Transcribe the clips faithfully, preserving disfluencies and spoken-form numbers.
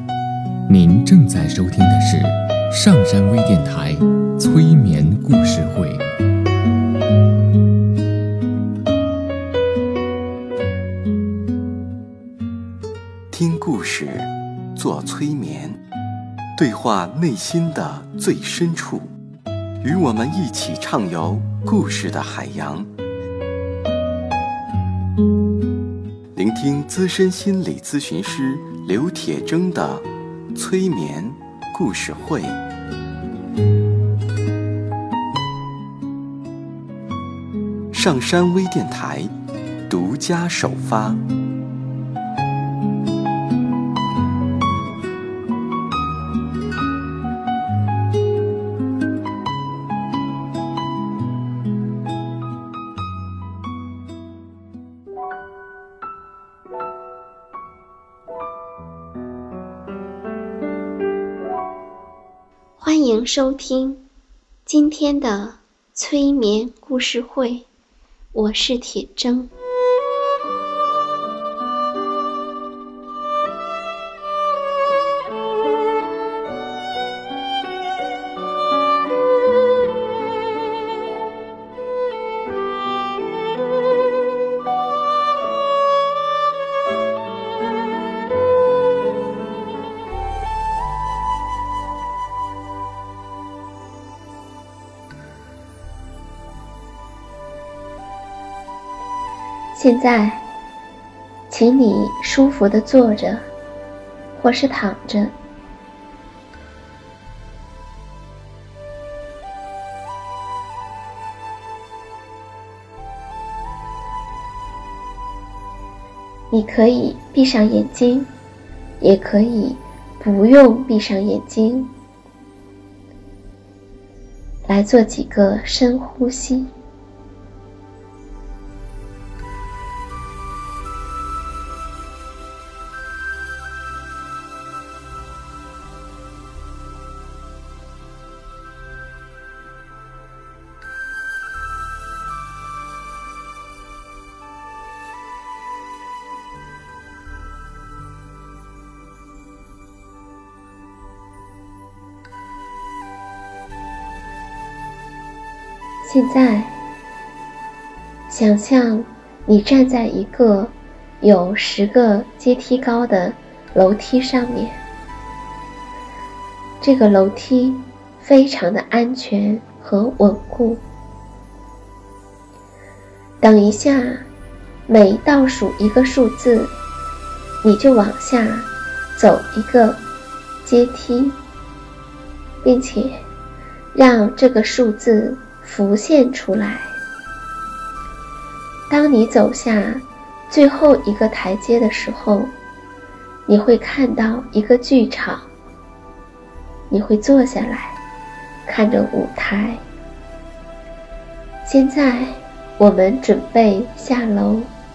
您正在收听的是上山微电台催眠故事会。 听故事，做催眠，对话内心的最深处，与我们一起畅游故事的海洋。聆听资深心理咨询师刘铁铮的催眠故事会。上山微电台独家首发。 欢迎收听今天的催眠故事会，我是铁铮。现在，请你舒服地坐着，或是躺着。你可以闭上眼睛，也可以不用闭上眼睛。来做几个深呼吸。现在，想象你站在一个有十个阶梯高的楼梯上面，这个楼梯非常的安全和稳固。等一下，每倒数一个数字，你就往下走一个阶梯，并且让这个数字浮现出来。当你走下最后一个台阶的时候，你会看到一个剧场，你会坐下来看着舞台。现在我们准备下楼，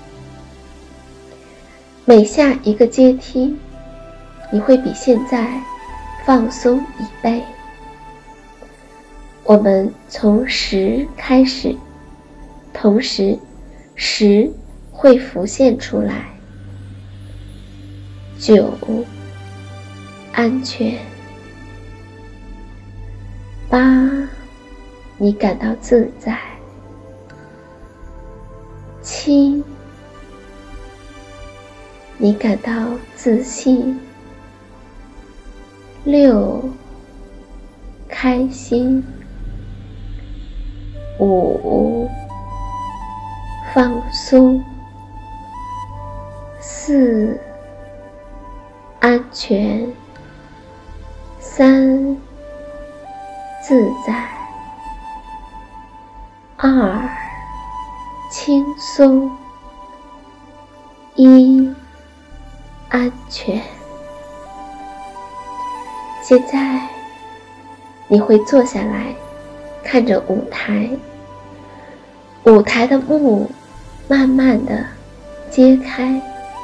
每下一个阶梯，你会比现在放松一倍。我们从十开始，同时十会浮现出来。九，安全。八，你感到自在。七，你感到自信。六，开心。五，放松。四，安全。三，自在。二，轻松。一，安全。现在你会坐下来看着舞台，舞台的幕慢慢地揭开，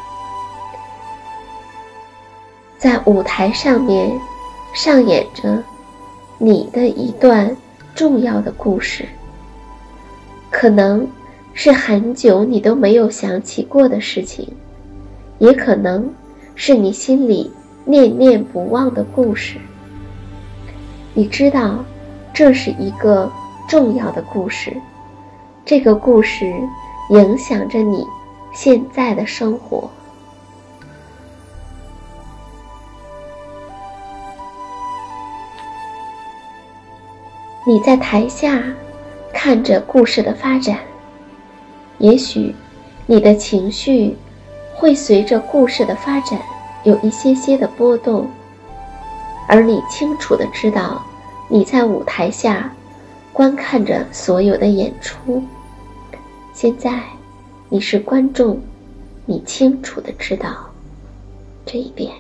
在舞台上面上演着你的一段重要的故事，可能是很久你都没有想起过的事情，也可能是你心里念念不忘的故事。你知道，这是一个重要的故事，这个故事影响着你现在的生活。你在台下看着故事的发展，也许你的情绪会随着故事的发展有一些些的波动，而你清楚地知道，你在舞台下观看着所有的演出。现在你是观众，你清楚地知道这一点。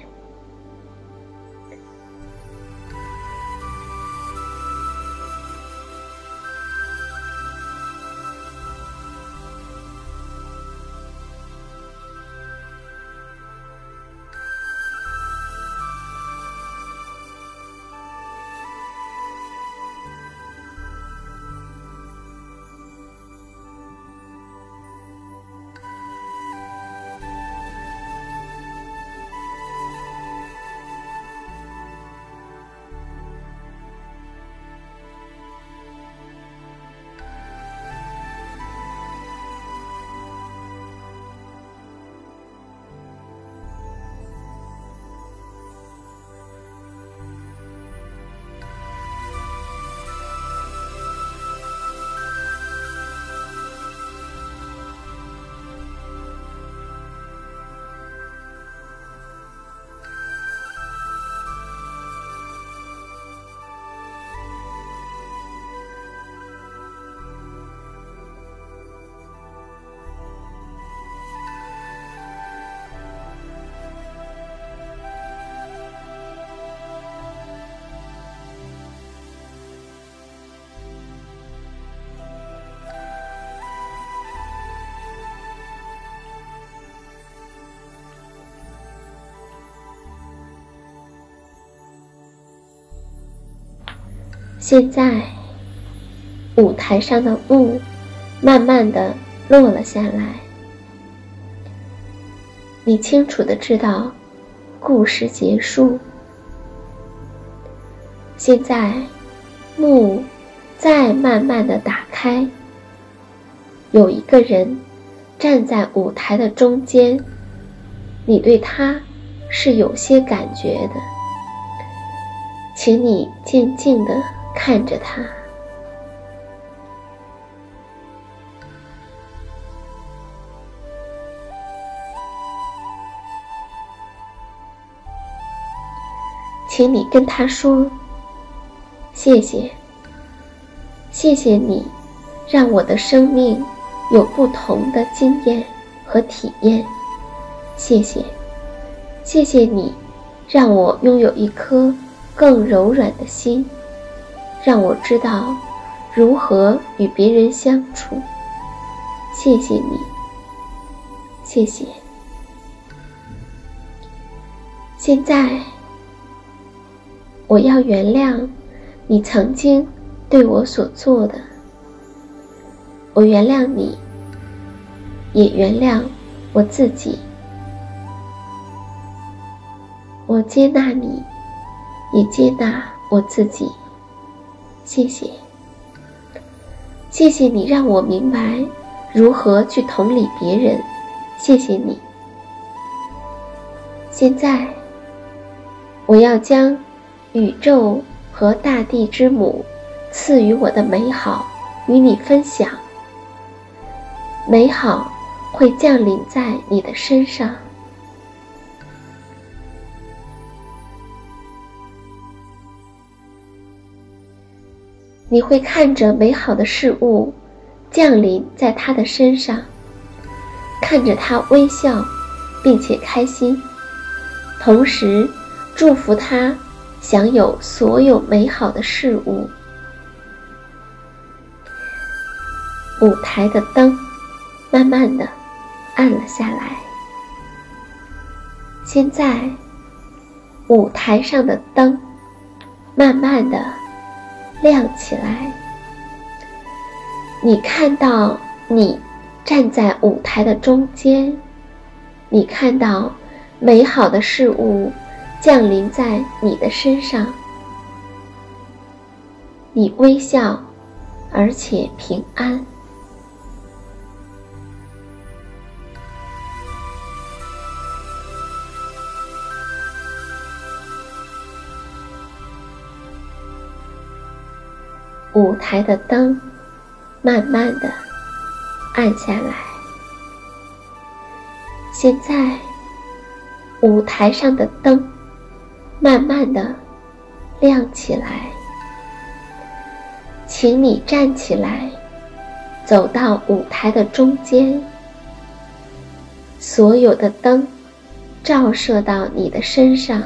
现在舞台上的幕慢慢地落了下来，你清楚地知道故事结束。现在幕再慢慢地打开，有一个人站在舞台的中间，你对他是有些感觉的，请你静静地看着他。请你跟他说，谢谢，谢谢你让我的生命有不同的经验和体验，谢谢，谢谢你让我拥有一颗更柔软的心，让我知道如何与别人相处，谢谢你，谢谢。现在我要原谅你曾经对我所做的，我原谅你，也原谅我自己，我接纳你，也接纳我自己，谢谢，谢谢你让我明白如何去同理别人，谢谢你。现在我要将宇宙和大地之母赐予我的美好与你分享，美好会降临在你的身上。你会看着美好的事物降临在他的身上，看着他微笑并且开心，同时祝福他享有所有美好的事物。舞台的灯慢慢地暗了下来，现在舞台上的灯慢慢地亮起来，你看到你站在舞台的中间，你看到美好的事物降临在你的身上，你微笑而且平安。舞台的灯慢慢地暗下来，现在舞台上的灯慢慢地亮起来，请你站起来，走到舞台的中间，所有的灯照射到你的身上，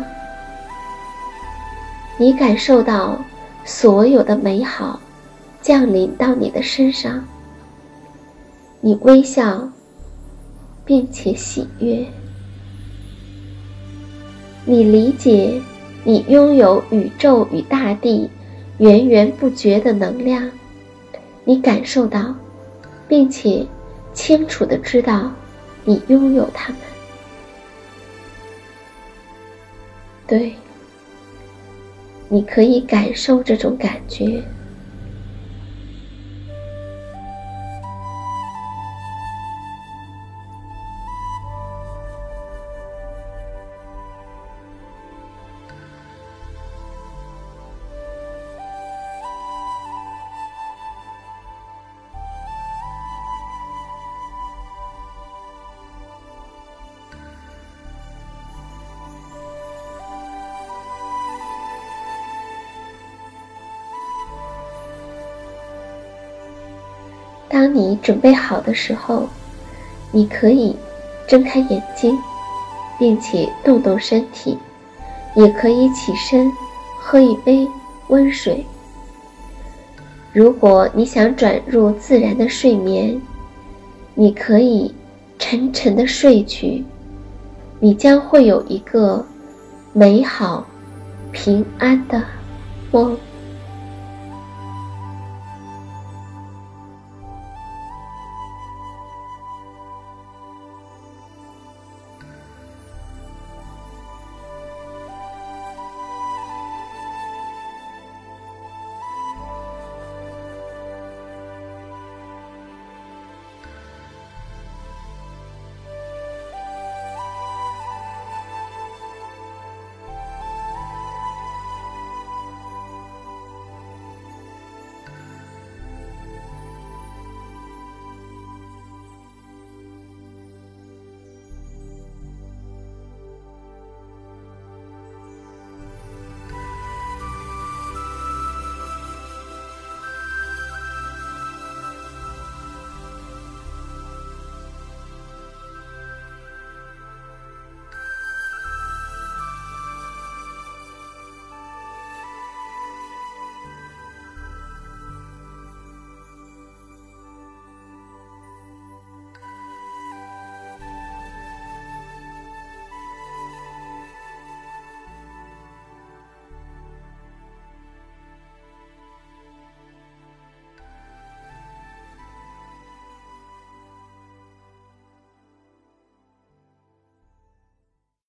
你感受到所有的美好降临到你的身上，你微笑并且喜悦，你理解你拥有宇宙与大地源源不绝的能量，你感受到并且清楚地知道你拥有它们。对，你可以感受这种感觉。当你准备好的时候，你可以睁开眼睛，并且动动身体，也可以起身喝一杯温水。如果你想转入自然的睡眠，你可以沉沉地睡去，你将会有一个美好平安的梦。